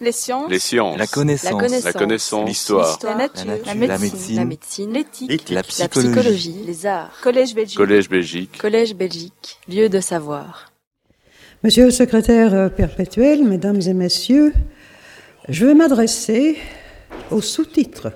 Les sciences. Les sciences. La connaissance. La connaissance. L'histoire. La nature. La médecine. L'éthique. La psychologie. Les arts. Collège Belgique. Collège Belgique. Collège Belgique. Lieu de savoir. Monsieur le secrétaire perpétuel, mesdames et messieurs, je vais m'adresser au sous-titre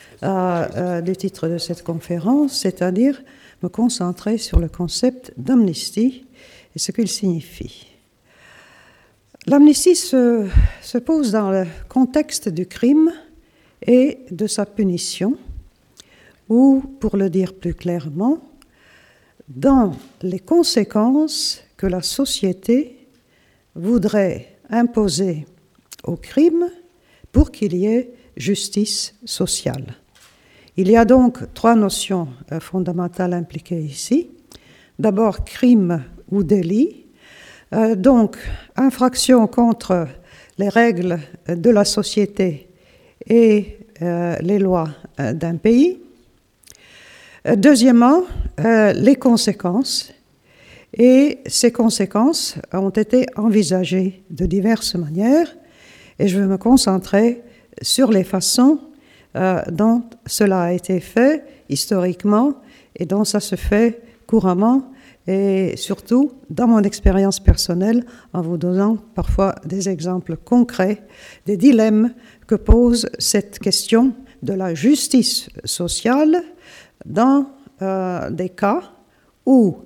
du titre de cette conférence, c'est-à-dire me concentrer sur le concept d'amnistie et ce qu'il signifie. L'amnistie se pose dans le contexte du crime et de sa punition, ou, pour le dire plus clairement, dans les conséquences que la société voudrait imposer au crime pour qu'il y ait justice sociale. Il y a donc trois notions fondamentales impliquées ici. D'abord, crime ou délit, donc infraction contre les règles de la société et les lois d'un pays. Deuxièmement, les conséquences. Et ces conséquences ont été envisagées de diverses manières et je vais me concentrer sur les façons dont cela a été fait historiquement et dont ça se fait couramment et surtout dans mon expérience personnelle en vous donnant parfois des exemples concrets des dilemmes que pose cette question de la justice sociale dans des cas où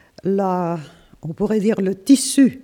on pourrait dire le tissu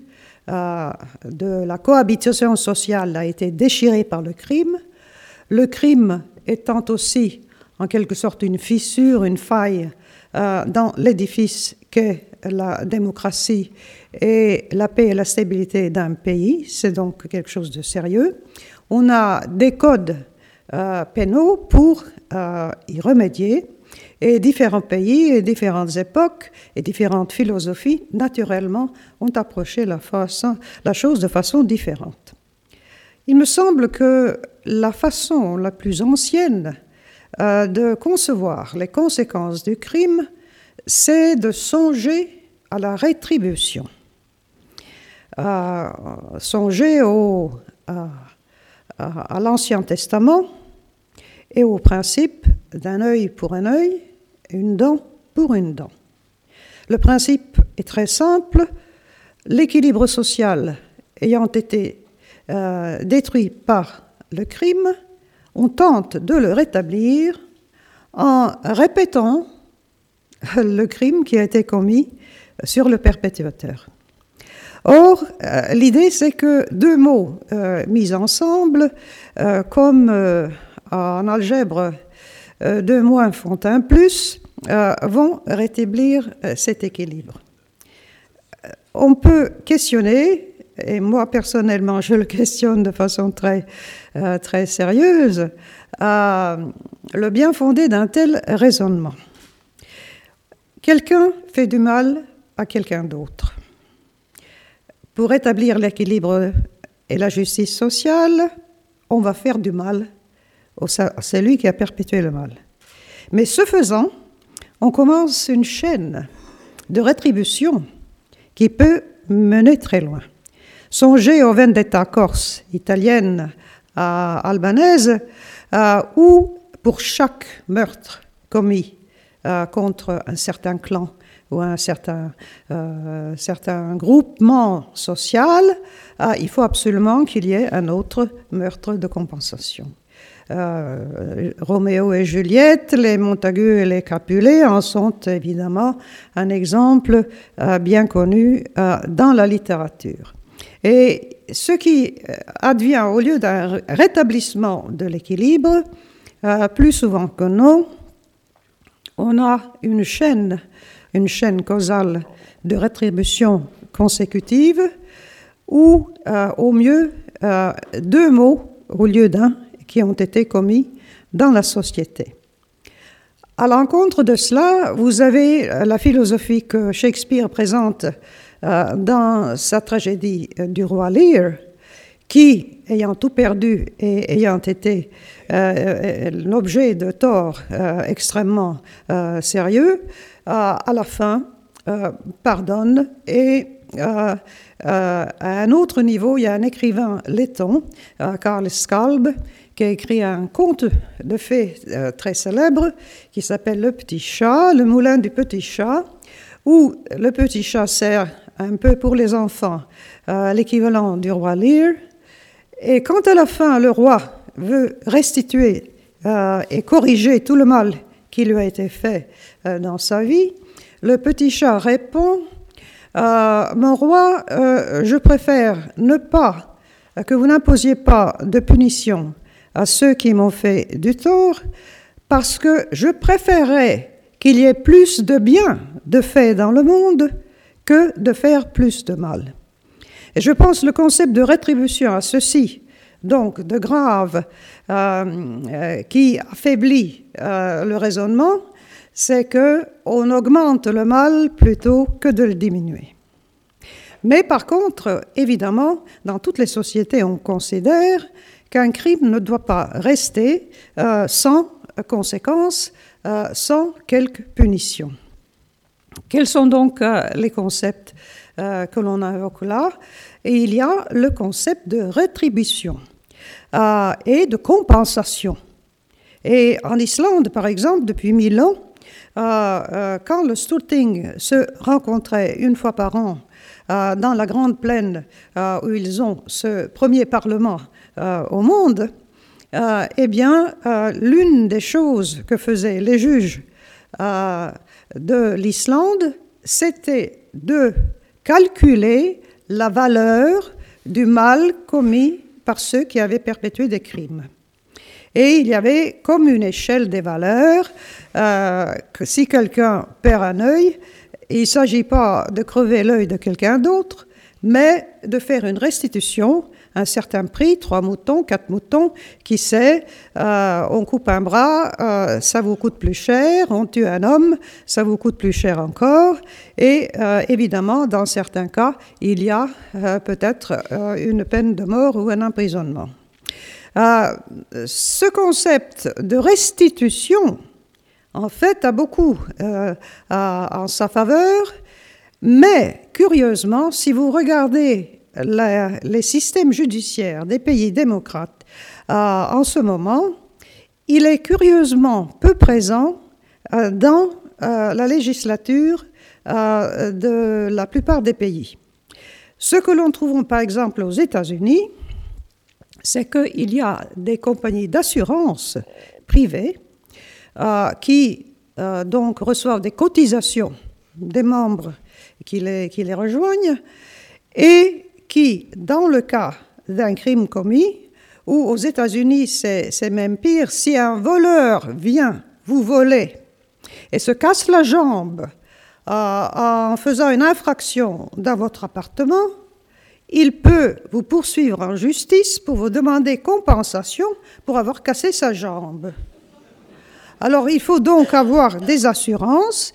de la cohabitation sociale a été déchiré par le crime étant aussi en quelque sorte une fissure, une faille dans l'édifice qu'est la démocratie et la paix et la stabilité d'un pays. C'est donc quelque chose de sérieux. On a des codes pénaux pour y remédier. Et différents pays et différentes époques et différentes philosophies, naturellement, ont approché la chose de façon différente. Il me semble que la façon la plus ancienne de concevoir les conséquences du crime, c'est de songer à la rétribution. Songer à l'Ancien Testament et au principe d'un œil pour un œil, une dent pour une dent. Le principe est très simple. L'équilibre social ayant été détruit par le crime, on tente de le rétablir en répétant le crime qui a été commis sur le perpétrateur. Or, l'idée, c'est que deux mots mis ensemble, comme en algèbre, 2 moins font 1 plus, vont rétablir cet équilibre. On peut questionner, et moi personnellement je le questionne de façon très sérieuse, le bien fondé d'un tel raisonnement. Quelqu'un fait du mal à quelqu'un d'autre. Pour rétablir l'équilibre et la justice sociale, on va faire du mal à celui qui a perpétué le mal. Mais ce faisant, on commence une chaîne de rétribution qui peut mener très loin. Songez aux vendetta corse italiennes albanaises où, pour chaque meurtre commis contre un certain clan ou un certain groupement social, il faut absolument qu'il y ait un autre meurtre de compensation. Roméo et Juliette, les Montagu et les Capulet en sont évidemment un exemple bien connu dans la littérature. Et ce qui advient au lieu d'un rétablissement de l'équilibre, plus souvent que non, on a une chaîne causale de rétribution consécutive ou, au mieux, 2 maux au lieu d'un qui ont été commis dans la société. À l'encontre de cela, vous avez la philosophie que Shakespeare présente dans sa tragédie du roi Lear, qui, ayant tout perdu et ayant été l'objet de torts extrêmement sérieux, à la fin pardonne et à un autre niveau, il y a un écrivain letton, Karl Skalbe, qui a écrit un conte de fées très célèbre qui s'appelle Le Petit Chat, le moulin du Petit Chat, où le petit chat sert un peu pour les enfants l'équivalent du roi Lear. Et quand à la fin le roi veut restituer et corriger tout le mal qui lui a été fait dans sa vie, le petit chat répond « Mon roi, je préfère ne pas que vous n'imposiez pas de punition à ceux qui m'ont fait du tort, parce que je préférerais qu'il y ait plus de bien de fait dans le monde que de faire plus de mal. » Et je pense le concept de rétribution a ceci, donc de grave, qui affaiblit le raisonnement, c'est qu'on augmente le mal plutôt que de le diminuer. Mais par contre, évidemment, dans toutes les sociétés, on considère qu'un crime ne doit pas rester sans conséquences, sans quelque punition. Quels sont donc les concepts que l'on invoque là? Et il y a le concept de rétribution et de compensation. Et en Islande, par exemple, depuis 1000 ans, quand le Storting se rencontrait une fois par an dans la grande plaine où ils ont ce premier parlement au monde, eh bien, l'une des choses que faisaient les juges de l'Islande, c'était de calculer la valeur du mal commis par ceux qui avaient perpétué des crimes. Et il y avait comme une échelle des valeurs, que si quelqu'un perd un œil, il ne s'agit pas de crever l'œil de quelqu'un d'autre, mais de faire une restitution, un certain prix, 3 moutons, 4 moutons, qui sait, on coupe un bras, ça vous coûte plus cher, on tue un homme, ça vous coûte plus cher encore, et évidemment, dans certains cas, il y a peut-être une peine de mort ou un emprisonnement. Ce concept de restitution, en fait, a beaucoup en sa faveur, mais curieusement, si vous regardez les systèmes judiciaires des pays démocrates en ce moment, il est curieusement peu présent dans la législature de la plupart des pays. Ce que l'on trouve par exemple aux États-Unis, c'est qu'il y a des compagnies d'assurance privées qui donc reçoivent des cotisations des membres qui les rejoignent et qui, dans le cas d'un crime commis, ou aux États-Unis c'est même pire, si un voleur vient vous voler et se casse la jambe en faisant une infraction dans votre appartement, il peut vous poursuivre en justice pour vous demander compensation pour avoir cassé sa jambe. Alors, il faut donc avoir des assurances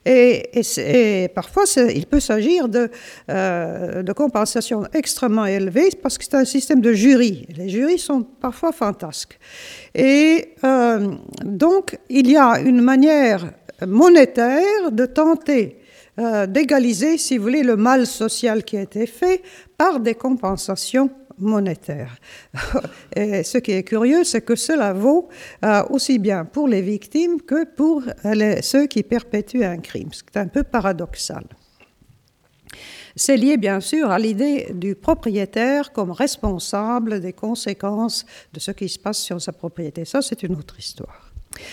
et parfois, il peut s'agir de compensations extrêmement élevées parce que c'est un système de jury. Les jurys sont parfois fantasques. Et donc, il y a une manière monétaire de tenter d'égaliser, si vous voulez, le mal social qui a été fait par des compensations monétaires. Et ce qui est curieux, c'est que cela vaut aussi bien pour les victimes que pour ceux qui perpétuent un crime. C'est un peu paradoxal. C'est lié, bien sûr, à l'idée du propriétaire comme responsable des conséquences de ce qui se passe sur sa propriété. Ça, c'est une autre histoire.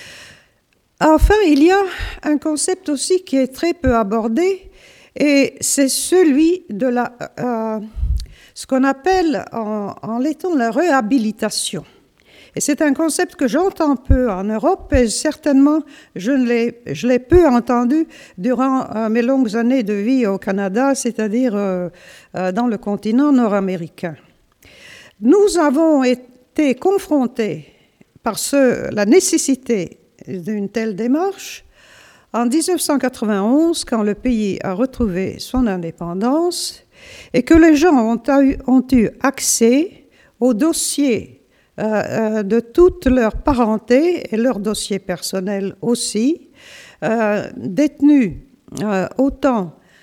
Enfin, il y a un concept aussi qui est très peu abordé, et c'est celui de ce qu'on appelle en letton la réhabilitation. Et c'est un concept que j'entends peu en Europe, et certainement je l'ai peu entendu durant mes longues années de vie au Canada, c'est-à-dire dans le continent nord-américain. Nous avons été confrontés par la nécessité d'une telle démarche en 1991, quand le pays a retrouvé son indépendance et que les gens ont eu accès aux dossiers de toute leur parenté et leurs dossiers personnels aussi, détenus autant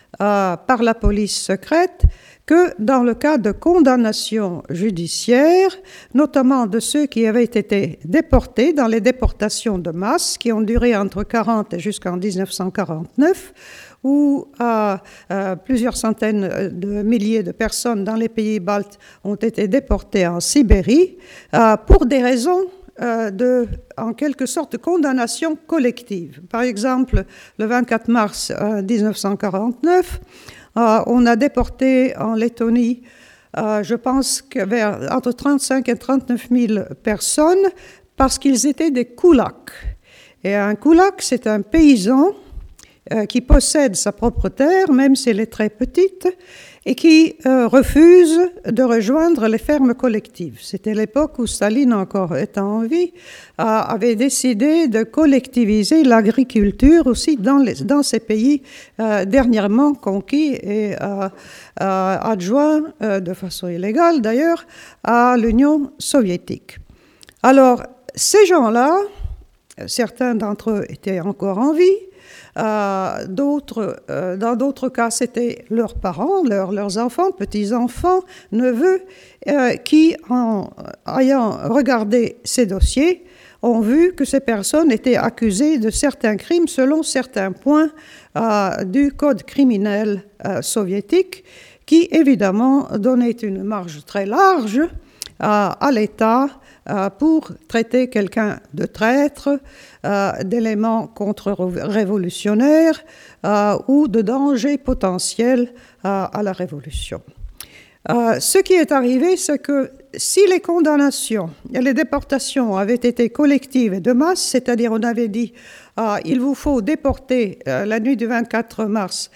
par la police secrète que dans le cas de condamnations judiciaires, notamment de ceux qui avaient été déportés dans les déportations de masse qui ont duré entre 1940 et jusqu'en 1949, où plusieurs centaines de milliers de personnes dans les pays baltes ont été déportées en Sibérie pour des raisons en quelque sorte, de condamnation collective. Par exemple, le 24 mars 1949, on a déporté en Lettonie, je pense, entre 35 et 39 000 personnes parce qu'ils étaient des koulaks. Et un koulak, c'est un paysan qui possède sa propre terre, même si elle est très petite, et qui refuse de rejoindre les fermes collectives. C'était l'époque où Staline, encore étant en vie, avait décidé de collectiviser l'agriculture aussi dans ces pays dernièrement conquis et adjoints, de façon illégale d'ailleurs, à l'Union soviétique. Alors, ces gens-là, certains d'entre eux étaient encore en vie, dans d'autres cas, c'était leurs parents, leurs enfants, petits-enfants, neveux, qui, en ayant regardé ces dossiers, ont vu que ces personnes étaient accusées de certains crimes selon certains points du code criminel soviétique, qui, évidemment, donnait une marge très large à l'État pour traiter quelqu'un de traître, d'éléments contre-révolutionnaires ou de danger potentiel à la révolution. Ce qui est arrivé, c'est que si les condamnations et les déportations avaient été collectives et de masse, c'est-à-dire on avait dit il vous faut déporter la nuit du 24 mars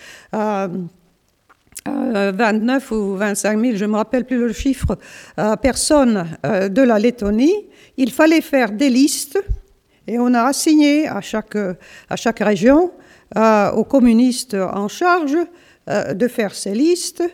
29 ou 25 000, je ne me rappelle plus le chiffre, personnes de la Lettonie, il fallait faire des listes et on a assigné à chaque région aux communistes en charge de faire ces listes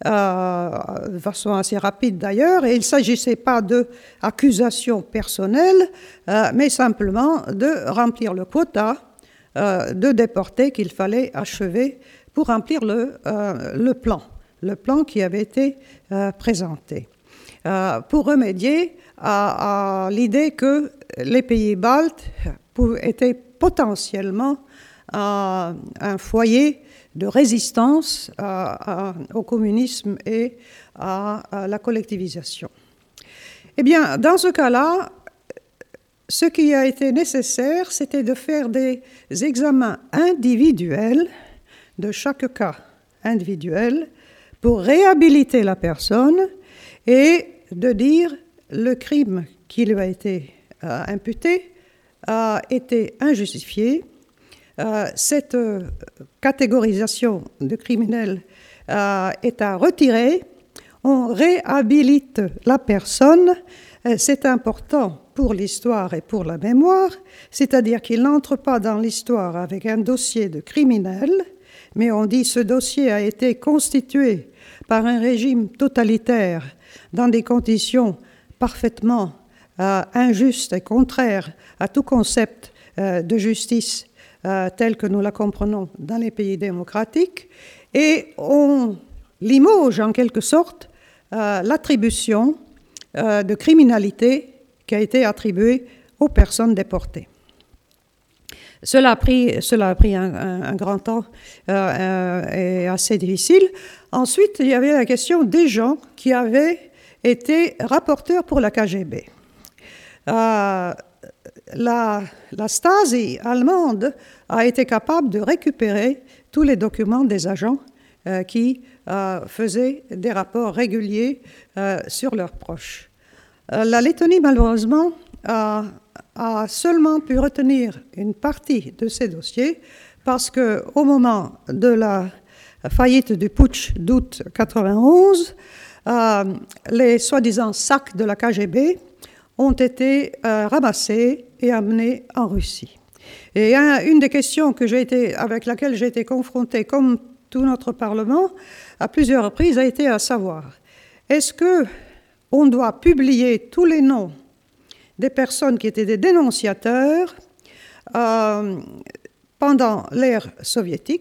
de façon assez rapide d'ailleurs, et il ne s'agissait pas d'accusations personnelles, mais simplement de remplir le quota de déportés qu'il fallait achever pour remplir le plan qui avait été présenté, pour remédier à l'idée que les pays baltes étaient potentiellement un foyer de résistance au communisme et à la collectivisation. Eh bien, dans ce cas-là, ce qui a été nécessaire, c'était de faire des examens individuels de chaque cas individuel pour réhabiliter la personne et de dire le crime qui lui a été imputé a été injustifié. Cette catégorisation de criminel est à retirer. On réhabilite la personne. C'est important pour l'histoire et pour la mémoire, c'est-à-dire qu'il n'entre pas dans l'histoire avec un dossier de criminel, mais on dit ce dossier a été constitué par un régime totalitaire dans des conditions parfaitement injustes et contraires à tout concept de justice tel que nous la comprenons dans les pays démocratiques, et on limoge en quelque sorte l'attribution de criminalité qui a été attribuée aux personnes déportées. Cela a pris un grand temps et assez difficile. Ensuite, il y avait la question des gens qui avaient été rapporteurs pour la KGB. La Stasi allemande a été capable de récupérer tous les documents des agents qui faisaient des rapports réguliers sur leurs proches. La Lettonie, malheureusement, a seulement pu retenir une partie de ces dossiers parce qu'au moment de la faillite du putsch d'août 1991, les soi-disant sacs de la KGB ont été ramassés et amenés en Russie. Et une des questions avec laquelle j'ai été confrontée, comme tout notre Parlement, à plusieurs reprises, a été à savoir, est-ce qu'on doit publier tous les noms des personnes qui étaient des dénonciateurs pendant l'ère soviétique,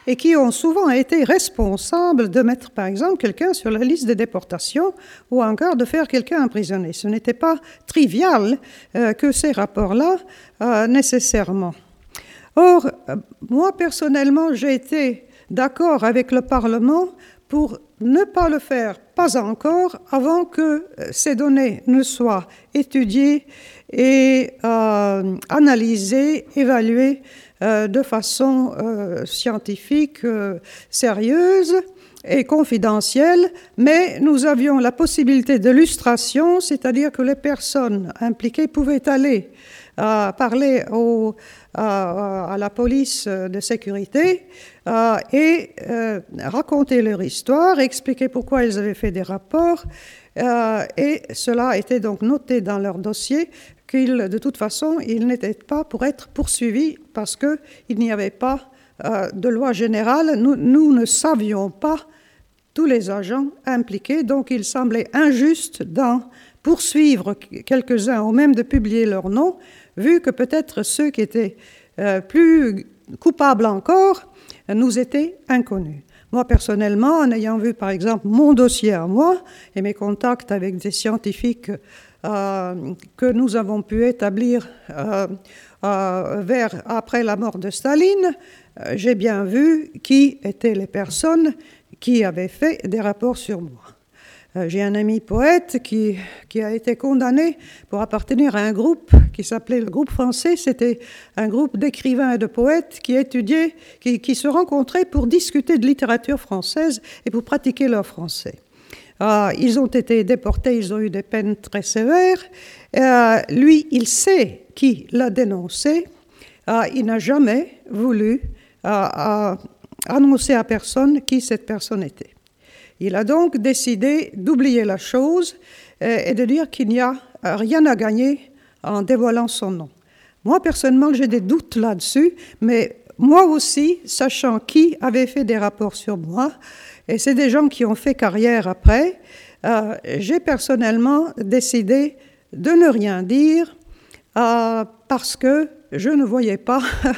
et qui ont souvent été responsables de mettre, par exemple, quelqu'un sur la liste de déportation ou encore de faire quelqu'un emprisonner. Ce n'était pas trivial que ces rapports-là, nécessairement. Or, moi, personnellement, j'ai été d'accord avec le Parlement pour ne pas le faire, pas encore, avant que ces données ne soient étudiées et analysées, évaluées de façon scientifique, sérieuse et confidentielle, mais nous avions la possibilité de lustration, c'est-à-dire que les personnes impliquées pouvaient aller parler à la police de sécurité et raconter leur histoire, expliquer pourquoi ils avaient fait des rapports, et cela était donc noté dans leur dossier qu'ils, de toute façon, ils n'étaient pas pour être poursuivis parce qu'il n'y avait pas de loi générale. Nous ne savions pas tous les agents impliqués, donc il semblait injuste d'en poursuivre quelques-uns ou même de publier leur nom, vu que peut-être ceux qui étaient plus coupables encore nous étaient inconnus. Moi, personnellement, en ayant vu, par exemple, mon dossier à moi et mes contacts avec des scientifiques que nous avons pu établir après la mort de Staline, j'ai bien vu qui étaient les personnes qui avaient fait des rapports sur moi. J'ai un ami poète qui a été condamné pour appartenir à un groupe qui s'appelait le groupe français. C'était un groupe d'écrivains et de poètes qui étudiaient, qui se rencontraient pour discuter de littérature française et pour pratiquer leur français. Ils ont été déportés, ils ont eu des peines très sévères. Lui, il sait qui l'a dénoncé. Il n'a jamais voulu annoncer à personne qui cette personne était. Il a donc décidé d'oublier la chose et de dire qu'il n'y a rien à gagner en dévoilant son nom. Moi, personnellement, j'ai des doutes là-dessus, mais moi aussi, sachant qui avait fait des rapports sur moi, et c'est des gens qui ont fait carrière après, j'ai personnellement décidé de ne rien dire parce que je ne voyais pas,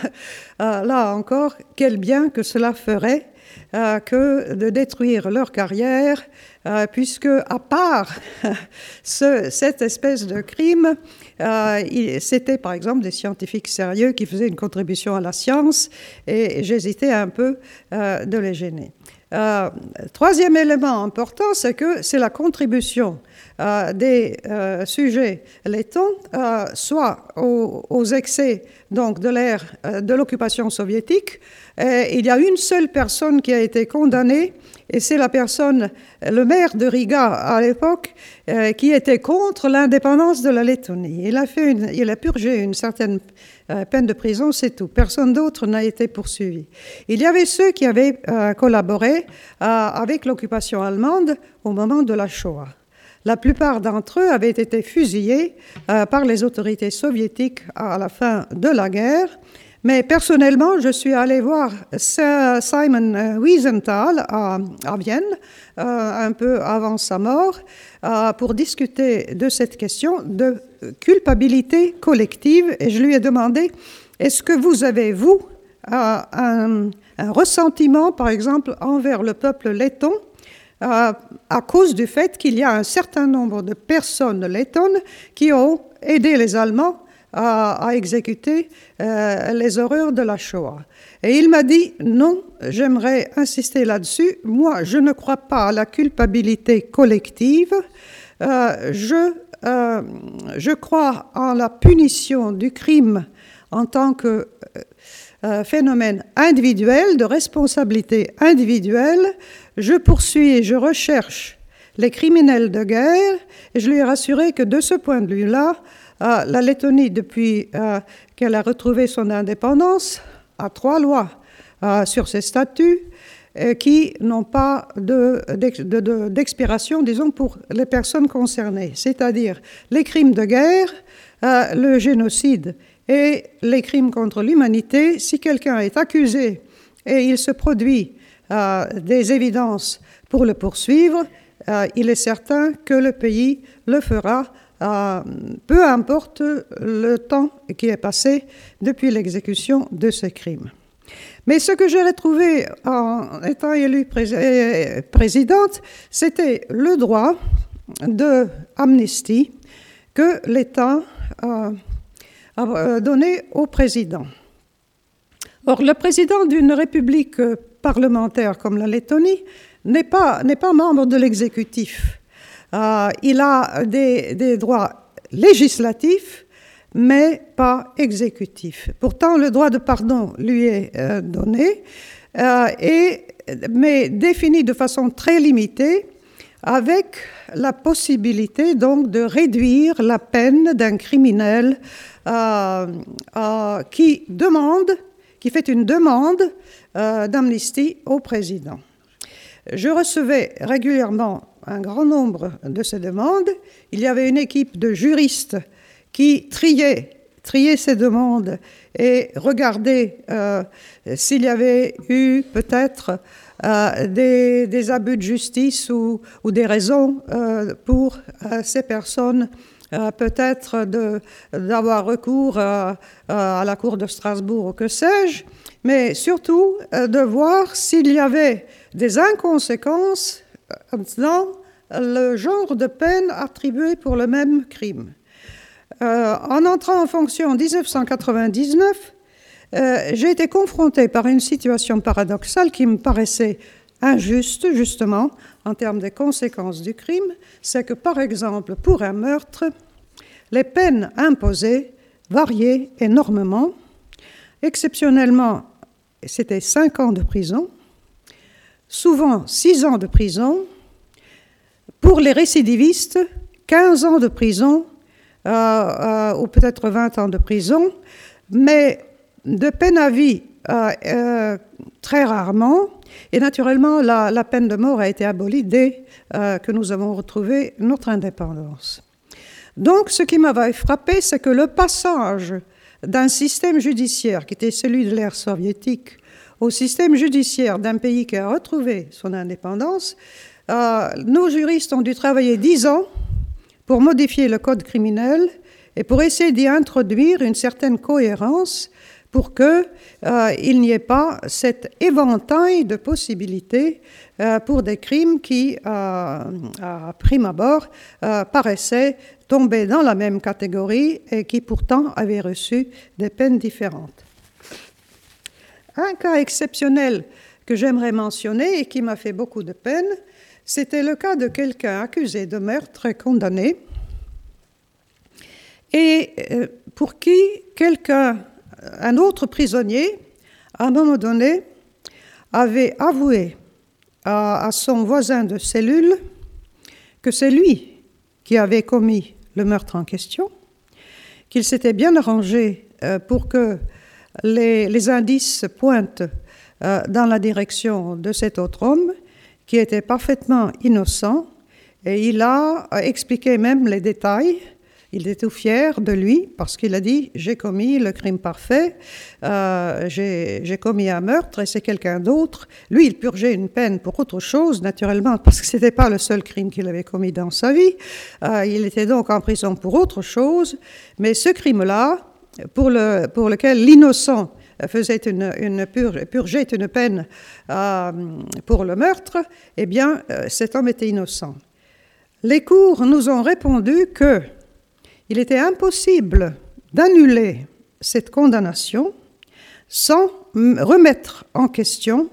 là encore, quel bien que cela ferait que de détruire leur carrière, puisque à part cette espèce de crime, c'était par exemple des scientifiques sérieux qui faisaient une contribution à la science, et j'hésitais un peu de les gêner. Troisième élément important, c'est que c'est la contribution des sujets lettons, soit aux excès donc, de l'ère de l'occupation soviétique. Il y a une seule personne qui a été condamnée, et c'est la personne, le maire de Riga à l'époque, qui était contre l'indépendance de la Lettonie. Il a purgé une certaine peine de prison, c'est tout. Personne d'autre n'a été poursuivi. Il y avait ceux qui avaient collaboré avec l'occupation allemande au moment de la Shoah. La plupart d'entre eux avaient été fusillés par les autorités soviétiques à la fin de la guerre. Mais personnellement, je suis allée voir Simon Wiesenthal à Vienne, un peu avant sa mort, pour discuter de cette question de culpabilité collective. Et je lui ai demandé, est-ce que vous avez, vous, un ressentiment, par exemple, envers le peuple letton, à cause du fait qu'il y a un certain nombre de personnes lettonnes qui ont aidé les Allemands à exécuter les horreurs de la Shoah. Et il m'a dit, non, j'aimerais insister là-dessus, moi je ne crois pas à la culpabilité collective, je crois en la punition du crime en tant que phénomène individuel, de responsabilité individuelle. Je poursuis et je recherche les criminels de guerre, et je lui ai rassuré que de ce point de vue-là, la Lettonie, depuis qu'elle a retrouvé son indépendance, a 3 lois sur ses statuts qui n'ont pas d'expiration, disons, pour les personnes concernées, c'est-à-dire les crimes de guerre, le génocide et les crimes contre l'humanité. Si quelqu'un est accusé et il se produit des évidences pour le poursuivre, il est certain que le pays le fera, peu importe le temps qui est passé depuis l'exécution de ces crimes. Mais ce que j'ai retrouvé en étant élue présidente, c'était le droit de amnistie que l'État a donné au président. Or, le président d'une république parlementaire comme la Lettonie n'est pas membre de l'exécutif. Il a des droits législatifs, mais pas exécutifs. Pourtant, le droit de pardon lui est donné, mais défini de façon très limitée, avec la possibilité donc de réduire la peine d'un criminel qui fait une demande d'amnistie au président. Je recevais régulièrement un grand nombre de ces demandes. Il y avait une équipe de juristes qui triait ces demandes et regardait s'il y avait eu peut-être des abus de justice ou des raisons pour ces personnes peut-être d'avoir recours à la Cour de Strasbourg ou que sais-je, mais surtout de voir s'il y avait des inconséquences dans le genre de peine attribuée pour le même crime. En entrant en fonction en 1999, j'ai été confrontée par une situation paradoxale qui me paraissait injuste, justement, en termes des conséquences du crime. C'est que, par exemple, pour un meurtre, les peines imposées variaient énormément. Exceptionnellement, c'était 5 ans de prison, souvent 6 ans de prison. Pour les récidivistes, 15 ans de prison, ou peut-être 20 ans de prison, mais de peine à vie très rarement. Et naturellement, la peine de mort a été abolie dès que nous avons retrouvé notre indépendance. Donc, ce qui m'avait frappé, c'est que le passage d'un système judiciaire qui était celui de l'ère soviétique au système judiciaire d'un pays qui a retrouvé son indépendance, nos juristes ont dû travailler 10 ans pour modifier le code criminel et pour essayer d'y introduire une certaine cohérence pour qu'il n'y ait pas cet éventail de possibilités pour des crimes qui, à prime abord, paraissaient tomber dans la même catégorie et qui pourtant avaient reçu des peines différentes. Un cas exceptionnel que j'aimerais mentionner et qui m'a fait beaucoup de peine, c'était le cas de quelqu'un accusé de meurtre et condamné, et pour qui un autre prisonnier, à un moment donné, avait avoué à son voisin de cellule que c'est lui qui avait commis le meurtre en question, qu'il s'était bien arrangé pour que les indices pointent dans la direction de cet autre homme, qui était parfaitement innocent, et il a expliqué même les détails. Il était tout fier de lui parce qu'il a dit « j'ai commis le crime parfait, j'ai commis un meurtre et c'est quelqu'un d'autre ». Lui, il purgeait une peine pour autre chose, naturellement, parce que ce n'était pas le seul crime qu'il avait commis dans sa vie. Il était donc en prison pour autre chose, mais ce crime-là, pour lequel l'innocent purgeait une peine pour le meurtre, eh bien, cet homme était innocent. Les cours nous ont répondu qu'il était impossible d'annuler cette condamnation sans remettre en question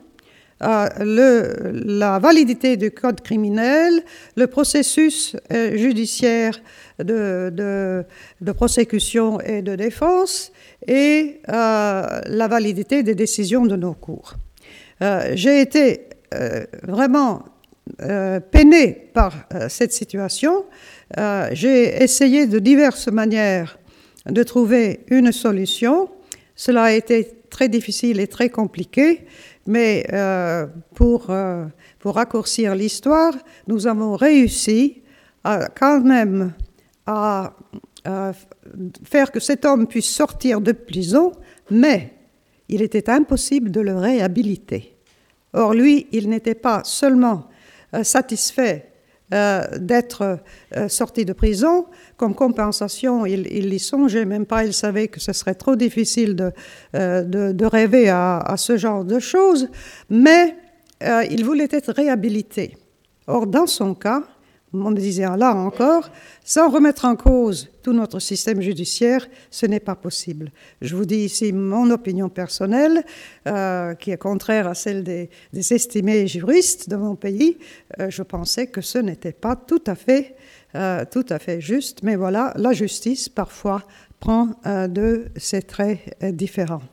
la validité du code criminel, le processus judiciaire de prosécution et de défense et la validité des décisions de nos cours. J'ai été vraiment peinée par cette situation. J'ai essayé de diverses manières de trouver une solution. Cela a été très difficile et très compliqué, mais pour raccourcir l'histoire, nous avons réussi quand même à faire que cet homme puisse sortir de prison, mais il était impossible de le réhabiliter. Or, lui, il n'était pas seulement satisfait d'être sorti de prison. Comme compensation, il y songeait même pas, il savait que ce serait trop difficile de rêver à ce genre de choses, mais il voulait être réhabilité. Or, dans son cas, on me disait là encore, sans remettre en cause tout notre système judiciaire, ce n'est pas possible. Je vous dis ici mon opinion personnelle, qui est contraire à celle des estimés juristes de mon pays. Je pensais que ce n'était pas tout à fait juste, mais voilà, la justice parfois prend de ces traits différents.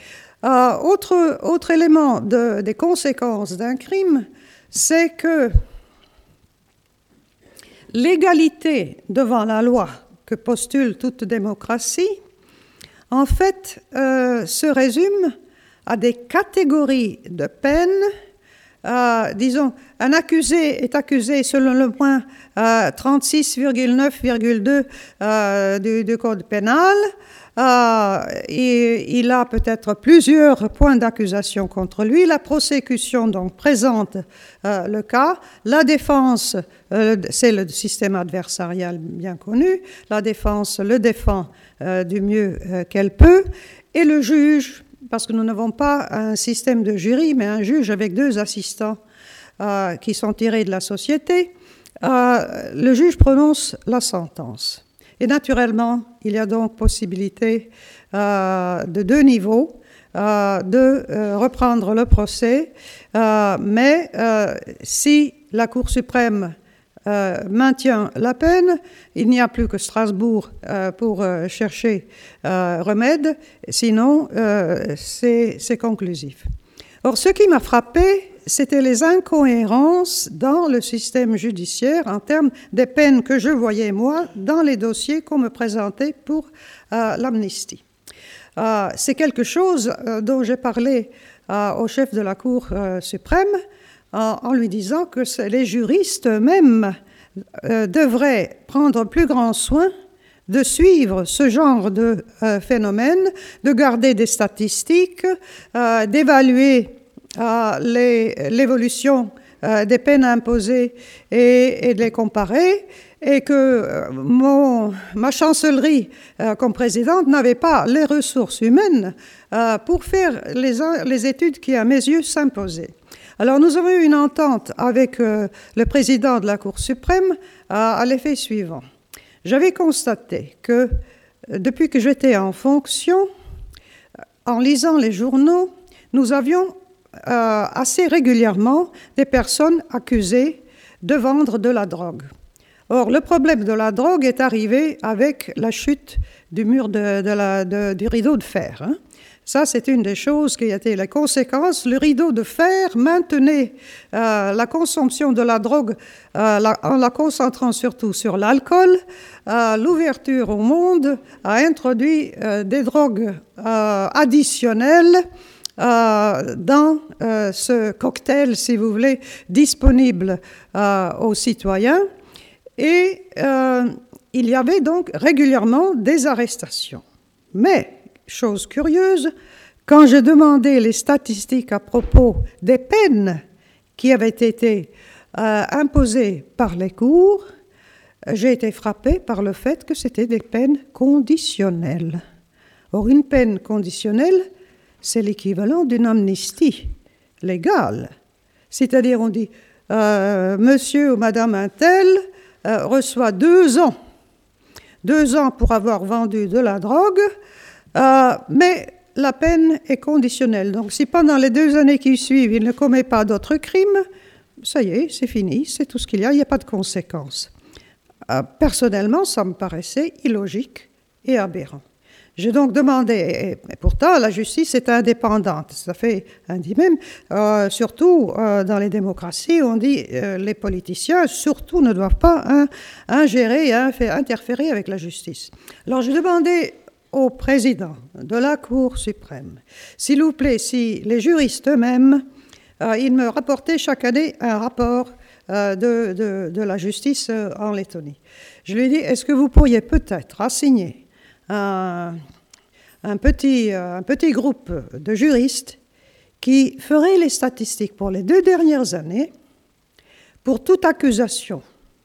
Autre élément des conséquences d'un crime, c'est que l'égalité devant la loi que postule toute démocratie, en fait, se résume à des catégories de peines. Disons, un accusé est accusé selon le point 36,9,2 du Code pénal. Il a peut-être plusieurs points d'accusation contre lui. La prosécution donc présente le cas. La défense, c'est le système adversarial bien connu. La défense le défend du mieux qu'elle peut. Et le juge, parce que nous n'avons pas un système de jury, mais un juge avec 2 assistants qui sont tirés de la société, le juge prononce la sentence. Et naturellement, il y a donc possibilité de 2 niveaux de reprendre le procès, mais si la Cour suprême maintient la peine, il n'y a plus que Strasbourg pour chercher remède, sinon c'est conclusif. Or, ce qui m'a frappé, c'était les incohérences dans le système judiciaire en termes des peines que je voyais, moi, dans les dossiers qu'on me présentait pour l'amnistie. C'est quelque chose dont j'ai parlé au chef de la Cour suprême en lui disant que les juristes eux-mêmes devraient prendre plus grand soin de suivre ce genre de phénomène, de garder des statistiques, d'évaluer l'évolution des peines imposées et de les comparer, et que ma chancellerie comme présidente n'avait pas les ressources humaines pour faire les études qui, à mes yeux, s'imposaient. Alors nous avons eu une entente avec le président de la Cour suprême à l'effet suivant. J'avais constaté que depuis que j'étais en fonction, en lisant les journaux, nous avions assez régulièrement des personnes accusées de vendre de la drogue. Or, le problème de la drogue est arrivé avec la chute du mur du rideau de fer. Hein. Ça, c'est une des choses qui a été la conséquence. Le rideau de fer maintenait la consommation de la drogue en la concentrant surtout sur l'alcool. L'ouverture au monde a introduit des drogues additionnelles dans ce cocktail, si vous voulez, disponible aux citoyens. Et il y avait donc régulièrement des arrestations. Mais, chose curieuse, quand j'ai demandé les statistiques à propos des peines qui avaient été imposées par les cours, j'ai été frappée par le fait que c'était des peines conditionnelles. Or, une peine conditionnelle, c'est l'équivalent d'une amnistie légale. C'est-à-dire, on dit, monsieur ou madame un tel reçoit 2 ans. 2 ans pour avoir vendu de la drogue, mais la peine est conditionnelle. Donc, si pendant les 2 années qui suivent, il ne commet pas d'autres crimes, ça y est, c'est fini, c'est tout ce qu'il y a, il n'y a pas de conséquences. Personnellement, ça me paraissait illogique et aberrant. J'ai donc demandé, et pourtant la justice est indépendante, ça fait un dit même, surtout dans les démocraties, on dit les politiciens surtout ne doivent pas ingérer et interférer avec la justice. Alors j'ai demandé au président de la Cour suprême, s'il vous plaît, si les juristes eux-mêmes, ils me rapportaient chaque année un rapport de la justice en Lettonie. Je lui ai dit, est-ce que vous pourriez peut-être assigner un petit groupe de juristes qui ferait les statistiques pour les 2 dernières années pour toute accusation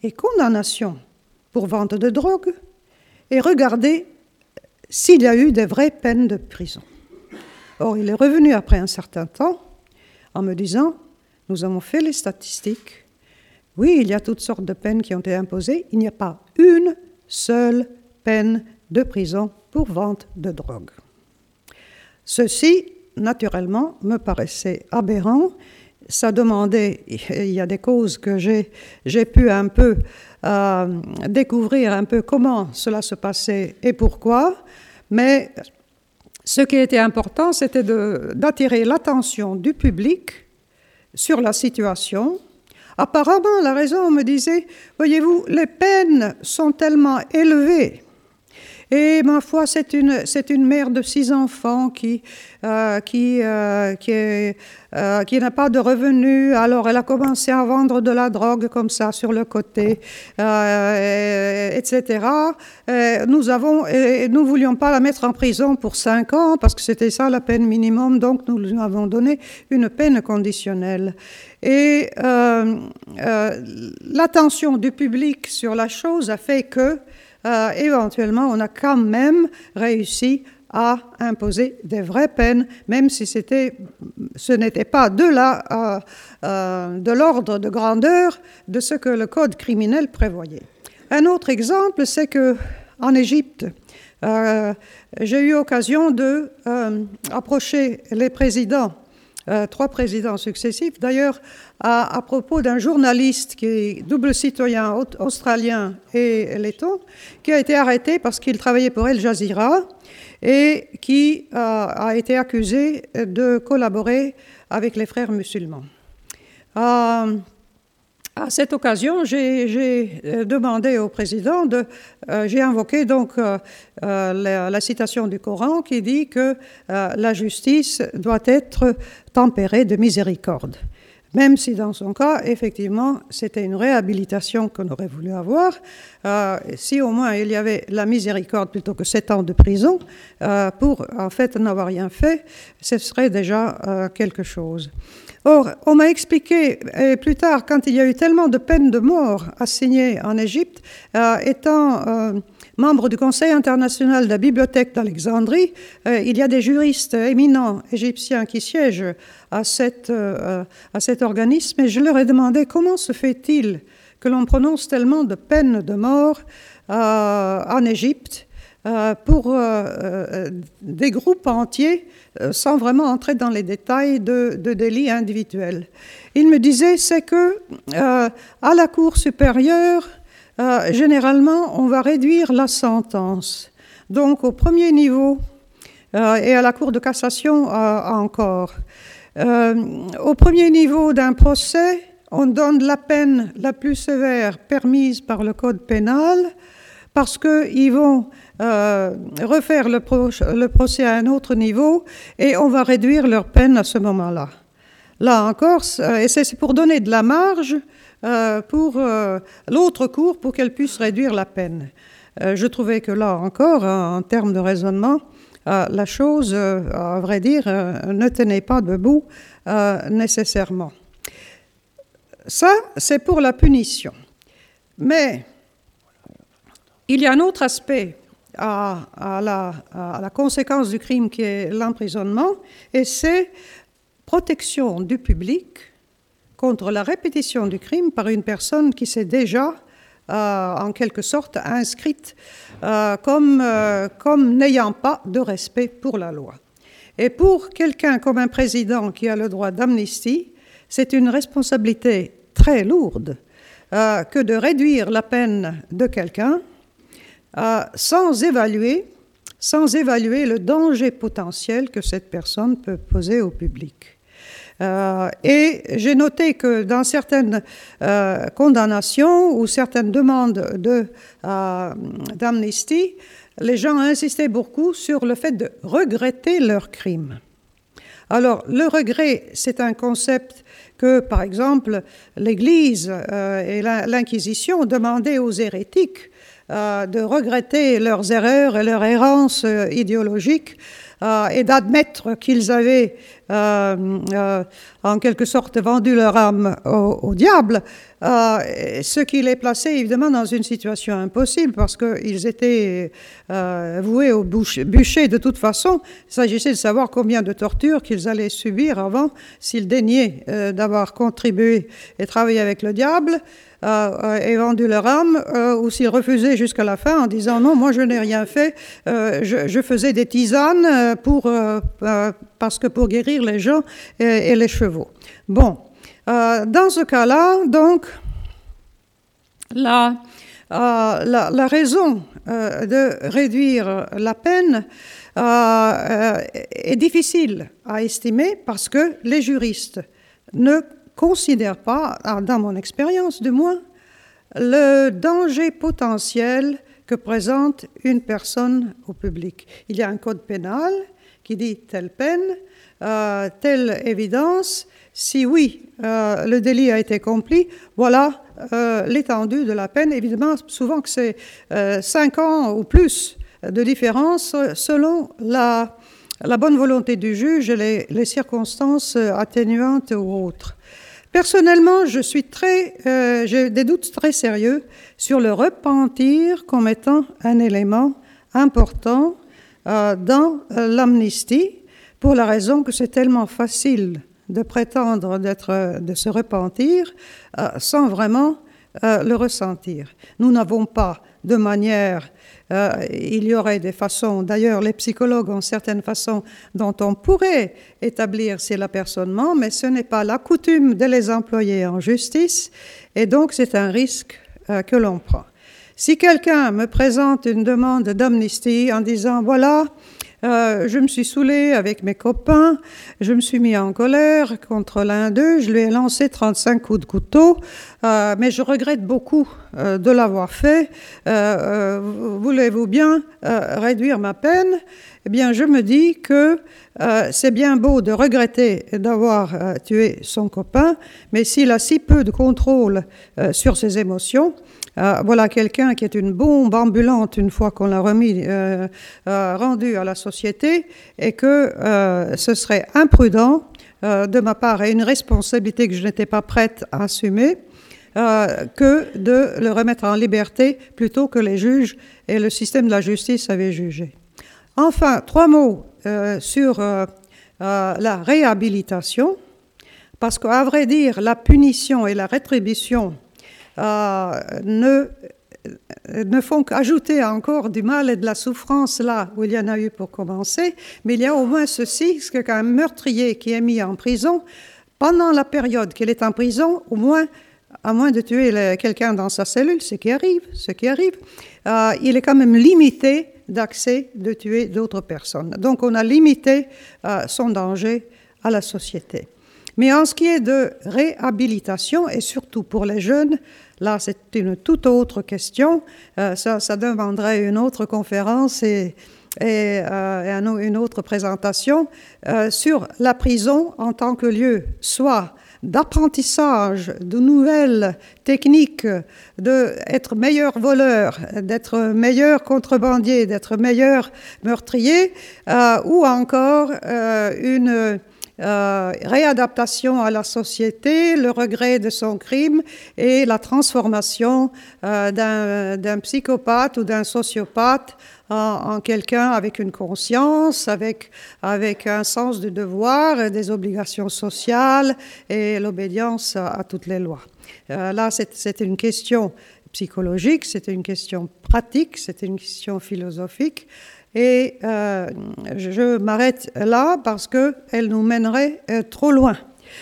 et condamnation pour vente de drogue et regarder s'il y a eu des vraies peines de prison. Or, il est revenu après un certain temps en me disant, nous avons fait les statistiques, oui, il y a toutes sortes de peines qui ont été imposées, il n'y a pas une seule peine de prison pour vente de drogue. Ceci, naturellement, me paraissait aberrant. Ça demandait, il y a des causes que j'ai pu un peu découvrir un peu comment cela se passait et pourquoi, mais ce qui était important, c'était d'attirer l'attention du public sur la situation. Apparemment, la raison, on me disait, voyez-vous, les peines sont tellement élevées. Et ma foi, c'est une mère de 6 enfants qui n'a pas de revenus. Alors, elle a commencé à vendre de la drogue comme ça sur le côté, etc. Nous ne voulions pas la mettre en prison pour 5 ans parce que c'était ça la peine minimum. Donc, nous lui avons donné une peine conditionnelle. Et l'attention du public sur la chose a fait que éventuellement, on a quand même réussi à imposer des vraies peines, même si ce n'était pas de l'ordre de grandeur de ce que le code criminel prévoyait. Un autre exemple, c'est qu'en Égypte, j'ai eu occasion d'approcher les présidents, 3 présidents successifs, d'ailleurs, à propos d'un journaliste qui est double citoyen australien et letton, qui a été arrêté parce qu'il travaillait pour Al Jazeera et qui a été accusé de collaborer avec les frères musulmans. À cette occasion, j'ai demandé au président, j'ai invoqué donc la citation du Coran qui dit que la justice doit être tempérée de miséricorde. Même si dans son cas, effectivement, c'était une réhabilitation qu'on aurait voulu avoir, si au moins il y avait la miséricorde plutôt que 7 ans de prison, pour en fait n'avoir rien fait, ce serait déjà quelque chose. Or, on m'a expliqué, et plus tard, quand il y a eu tellement de peines de mort assignées en Égypte, étant membre du Conseil international de la Bibliothèque d'Alexandrie, il y a des juristes éminents égyptiens qui siègent à cet organisme, et je leur ai demandé comment se fait-il que l'on prononce tellement de peines de mort en Égypte pour des groupes entiers, sans vraiment entrer dans les détails de délits individuels. Il me disait, c'est que à la Cour supérieure, généralement, on va réduire la sentence. Donc, au premier niveau, et à la Cour de cassation encore, au premier niveau d'un procès, on donne la peine la plus sévère permise par le Code pénal parce qu'ils vont refaire le procès à un autre niveau et on va réduire leur peine à ce moment-là. Là encore, et c'est pour donner de la marge pour l'autre cour pour qu'elle puisse réduire la peine. Je trouvais que là encore, en termes de raisonnement, la chose, à vrai dire, ne tenait pas debout nécessairement. Ça, c'est pour la punition. Mais il y a un autre aspect à la conséquence du crime qui est l'emprisonnement, et c'est protection du public contre la répétition du crime par une personne qui s'est déjà, en quelque sorte, inscrite comme n'ayant pas de respect pour la loi. Et pour quelqu'un comme un président qui a le droit d'amnistie, c'est une responsabilité très lourde que de réduire la peine de quelqu'un sans évaluer le danger potentiel que cette personne peut poser au public. Et j'ai noté que dans certaines condamnations ou certaines demandes d'amnistie, les gens insistaient beaucoup sur le fait de regretter leur crime. Alors, le regret, c'est un concept que, par exemple, l'Église et l'Inquisition demandaient aux hérétiques de regretter leurs erreurs et leur errance idéologique et d'admettre qu'ils avaient en quelque sorte vendu leur âme au diable, ce qui les plaçait évidemment dans une situation impossible parce qu'ils étaient voués au bûcher de toute façon. Il s'agissait de savoir combien de tortures qu'ils allaient subir avant s'ils daignaient d'avoir contribué et travaillé avec le diable et vendu leur âme, ou s'ils refusaient jusqu'à la fin en disant non, moi je n'ai rien fait, je faisais des tisanes parce que pour guérir les gens et les chevaux. Bon, dans ce cas-là, donc, la raison de réduire la peine est difficile à estimer parce que les juristes ne considèrent pas, dans mon expérience du moins, le danger potentiel que présente une personne au public. Il y a un code pénal qui dit telle peine, telle évidence. Si oui, le délit a été accompli, voilà l'étendue de la peine. Évidemment, souvent que c'est 5 ans ou plus de différence selon la bonne volonté du juge et les circonstances atténuantes ou autres. Personnellement, j'ai des doutes très sérieux sur le repentir comme étant un élément important dans l'amnistie, pour la raison que c'est tellement facile de prétendre de se repentir sans vraiment le ressentir. Nous n'avons pas de manière, il y aurait des façons, d'ailleurs les psychologues ont certaines façons dont on pourrait établir si l'aperçonnement, mais ce n'est pas la coutume de les employer en justice, et donc c'est un risque que l'on prend. Si quelqu'un me présente une demande d'amnistie en disant « voilà, je me suis saoulé avec mes copains, je me suis mis en colère contre l'un d'eux, je lui ai lancé 35 coups de couteau, mais je regrette beaucoup de l'avoir fait. Voulez-vous bien réduire ma peine ?» Eh bien, je me dis que c'est bien beau de regretter d'avoir tué son copain, mais s'il a si peu de contrôle sur ses émotions, voilà quelqu'un qui est une bombe ambulante une fois qu'on l'a rendu à la société, et que ce serait imprudent de ma part et une responsabilité que je n'étais pas prête à assumer, que de le remettre en liberté plutôt que les juges et le système de la justice avaient jugé. Enfin, 3 mots sur la réhabilitation, parce qu'à vrai dire, la punition et la rétribution ne font qu'ajouter encore du mal et de la souffrance là où il y en a eu pour commencer, mais il y a au moins ceci, c'est qu'un meurtrier qui est mis en prison, pendant la période qu'il est en prison, au moins, à moins de tuer quelqu'un dans sa cellule, ce qui arrive, il est quand même limité d'accès de tuer d'autres personnes. Donc on a limité son danger à la société. Mais en ce qui est de réhabilitation, et surtout pour les jeunes, là c'est une toute autre question, ça demanderait une autre conférence et une autre présentation sur la prison en tant que lieu, soit d'apprentissage de nouvelles techniques, d'être meilleur voleur, d'être meilleur contrebandier, d'être meilleur meurtrier, ou encore une réadaptation à la société, le regret de son crime et la transformation d'un psychopathe ou d'un sociopathe en quelqu'un avec une conscience, avec un sens du devoir, des obligations sociales et l'obédience à toutes les lois. Là, c'est une question psychologique, c'est une question pratique, c'est une question philosophique. Et je m'arrête là parce qu'elle nous mènerait trop loin.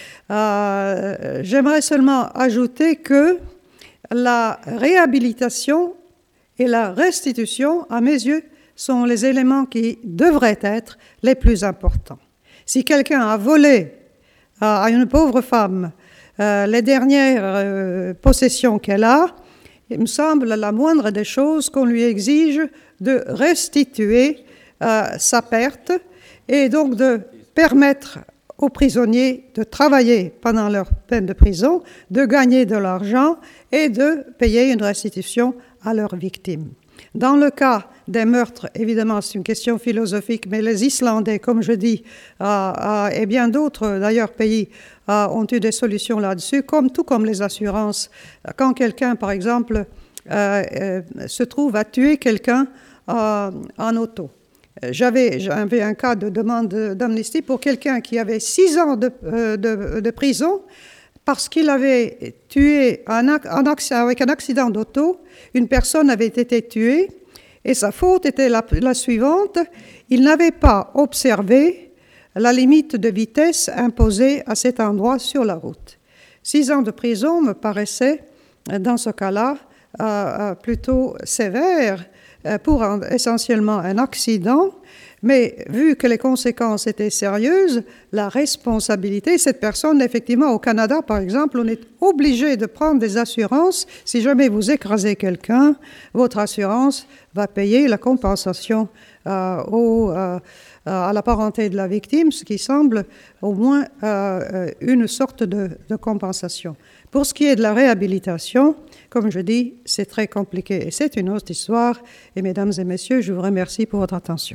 J'aimerais seulement ajouter que la réhabilitation et la restitution, à mes yeux, sont les éléments qui devraient être les plus importants. Si quelqu'un a volé à une pauvre femme les dernières possessions qu'elle a, il me semble la moindre des choses qu'on lui exige de restituer sa perte et donc de permettre aux prisonniers de travailler pendant leur peine de prison, de gagner de l'argent et de payer une restitution à leurs victimes. Dans le cas des meurtres, évidemment, c'est une question philosophique, mais les Islandais, comme je dis, et bien d'autres, d'ailleurs, pays, ont eu des solutions là-dessus, tout comme les assurances. Quand quelqu'un, par exemple, se trouve à tuer quelqu'un en auto. J'avais un cas de demande d'amnistie pour quelqu'un qui avait 6 ans de prison parce qu'il avait tué avec un accident d'auto. Une personne avait été tuée et sa faute était la suivante. Il n'avait pas observé la limite de vitesse imposée à cet endroit sur la route. 6 ans de prison me paraissait, dans ce cas-là, plutôt sévère pour essentiellement un accident, mais vu que les conséquences étaient sérieuses, la responsabilité, cette personne, effectivement, au Canada, par exemple, on est obligé de prendre des assurances. Si jamais vous écrasez quelqu'un, votre assurance va payer la compensation à la parenté de la victime, ce qui semble au moins une sorte de compensation. Pour ce qui est de la réhabilitation, comme je dis, c'est très compliqué et c'est une autre histoire. Et mesdames et messieurs, je vous remercie pour votre attention.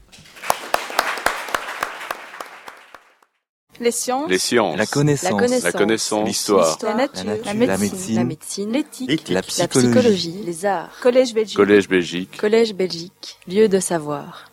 Les sciences. La connaissance. L'histoire. La nature. La médecine. L'éthique. La psychologie. Les arts. Collège Belgique. Collège Belgique. Collège Belgique. Lieu de savoir.